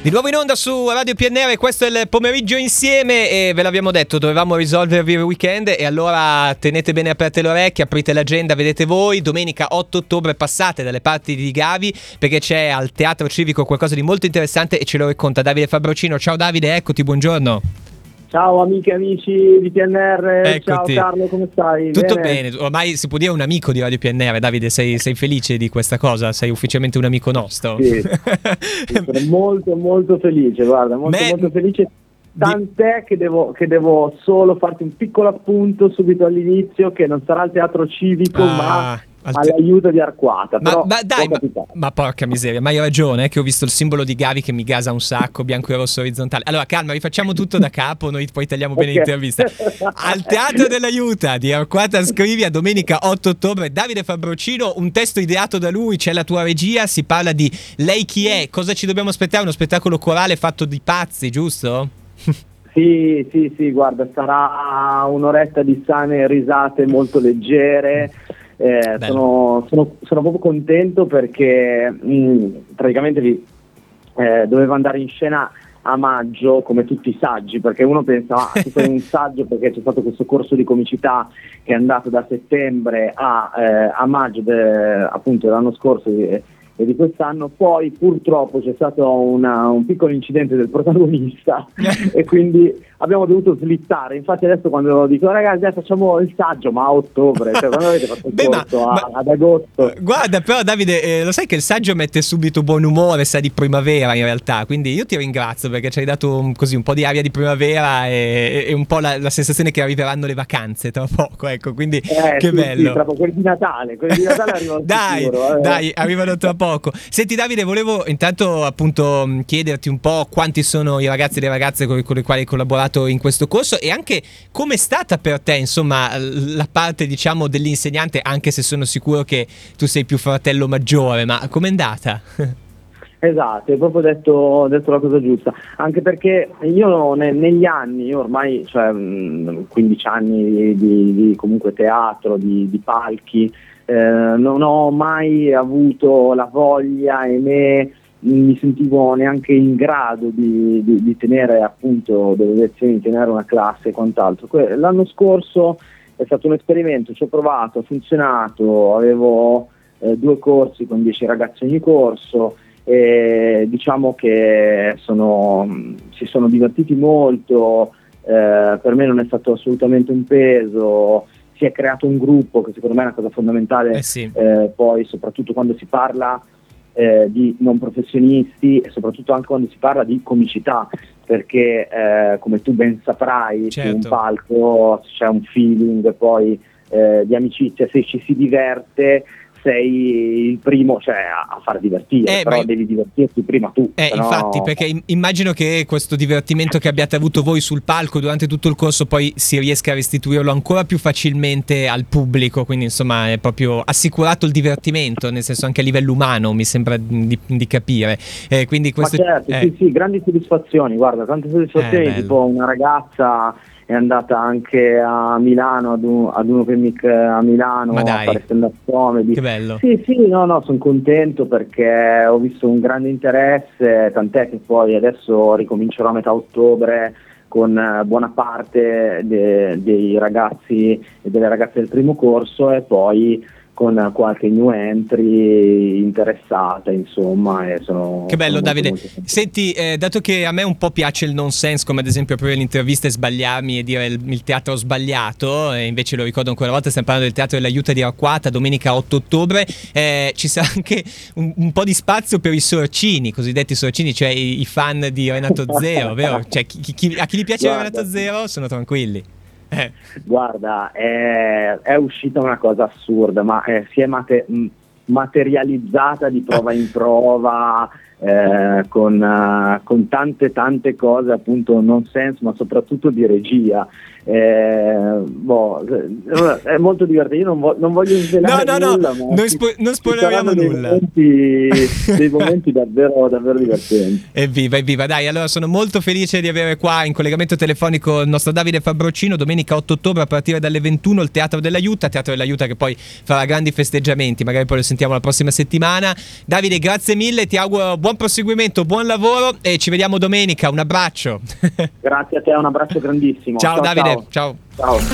Di nuovo in onda su Radio PNR, questo è il pomeriggio insieme e ve l'abbiamo detto, dovevamo risolvervi il weekend e allora tenete bene aperte le orecchie, aprite l'agenda, vedete voi, domenica 8 ottobre passate dalle parti di Gavi perché c'è al Teatro Civico qualcosa di molto interessante e ce lo racconta Davide Fabrocino. Ciao Davide, eccoti, buongiorno. Ciao amiche e amici di PNR, Eccoti. Ciao Carlo, come stai? Tutto bene, ormai si può dire un amico di Radio PNR. Davide, sei felice di questa cosa? Sei ufficialmente un amico nostro? Sì, sono molto molto felice, guarda, molto felice. Tant'è che devo solo farti un piccolo appunto subito all'inizio, che non sarà al Teatro Civico ma all'aiuto di Arquata. Ma porca miseria, ma hai ragione, che ho visto il simbolo di Gavi che mi gasa un sacco, bianco e rosso orizzontale. Allora calma, rifacciamo tutto da capo, noi poi tagliamo bene l'intervista. Al Teatro dell'Aiuta di Arquata Scrivia, domenica 8 ottobre, Davide Fabrocino, un testo ideato da lui, c'è la tua regia, si parla di Lei chi è, cosa ci dobbiamo aspettare? Uno spettacolo corale fatto di pazzi, giusto? Sì, guarda, sarà un'oretta di sane risate molto leggere. Sono proprio contento perché praticamente dovevo andare in scena a maggio come tutti i saggi, perché uno pensa tu fai un saggio perché c'è stato questo corso di comicità che è andato da settembre a maggio appunto dell'anno scorso e di quest'anno. Poi purtroppo c'è stato un piccolo incidente del protagonista e quindi abbiamo dovuto slittare. Infatti adesso quando dico ragazzi facciamo il saggio, ma a ottobre, cioè quando avete fatto il corso ad agosto. Guarda però Davide, lo sai che il saggio mette subito buon umore, sa di primavera in realtà, quindi io ti ringrazio perché ci hai dato un po' di aria di primavera e un po' la sensazione che arriveranno le vacanze tra poco, ecco, quindi che bello. Sì, tra poco quelli di Natale arrivano sicuro. Dai, arrivano tra poco. Senti Davide, volevo intanto appunto chiederti un po' quanti sono i ragazzi e le ragazze con le quali hai collaborato in questo corso e anche com'è stata per te insomma la parte diciamo dell'insegnante, anche se sono sicuro che tu sei più fratello maggiore, ma com'è andata? Esatto, hai proprio detto la cosa giusta, anche perché io negli anni, io ormai 15 anni di comunque teatro, di palchi, non ho mai avuto la voglia e né mi sentivo neanche in grado di tenere appunto delle lezioni, di tenere una classe e quant'altro. L'anno scorso è stato un esperimento, ci ho provato, ha funzionato, avevo 2 corsi con 10 ragazzi ogni corso e diciamo che si sono divertiti molto, per me non è stato assolutamente un peso. Si è creato un gruppo che secondo me è una cosa fondamentale, poi soprattutto quando si parla di non professionisti e soprattutto anche quando si parla di comicità, perché come tu ben saprai, certo, su un palco c'è un feeling poi di amicizia, se ci si diverte sei il primo a far divertire, però devi divertirti prima tu. Infatti, perché immagino che questo divertimento che abbiate avuto voi sul palco durante tutto il corso poi si riesca a restituirlo ancora più facilmente al pubblico, quindi insomma è proprio assicurato il divertimento, nel senso anche a livello umano mi sembra di capire. Quindi questo, sì, grandi soddisfazioni, guarda, tante soddisfazioni, tipo una ragazza è andata anche a Milano ad un open mic a Milano a fare stand-up comedy. Che bello. Sì, sono contento perché ho visto un grande interesse, tant'è che poi adesso ricomincerò a metà ottobre con buona parte dei ragazzi e delle ragazze del primo corso e poi con qualche new entry interessata, insomma, e sono. Che bello, molto, Davide. molto contento. Senti, dato che a me un po' piace il nonsense, come ad esempio aprire l'intervista e sbagliarmi e dire il teatro sbagliato, e invece lo ricordo ancora una volta, stiamo parlando del Teatro dell'Aiuta di Arquata, domenica 8 ottobre, ci sarà anche un po' di spazio per i sorcini, i cosiddetti sorcini, cioè i fan di Renato Zero, vero? Cioè, a chi gli piace Renato Zero sono tranquilli. Guarda, è uscita una cosa assurda, ma si è materializzata di prova in prova, con tante cose appunto non sense, ma soprattutto di regia. È molto divertente. Io non voglio svelare nulla, ma non spoileriamo nulla. Dei momenti davvero divertenti. Evviva, dai, allora sono molto felice di avere qua in collegamento telefonico il nostro Davide Fabrocino, domenica 8 ottobre a partire dalle 21 il Teatro dell'Aiuta che poi farà grandi festeggiamenti, magari poi lo sentiamo la prossima settimana. Davide, grazie mille, ti auguro buon buon proseguimento, buon lavoro e ci vediamo domenica. Un abbraccio. Grazie a te, un abbraccio grandissimo. Ciao Davide, ciao. Ciao.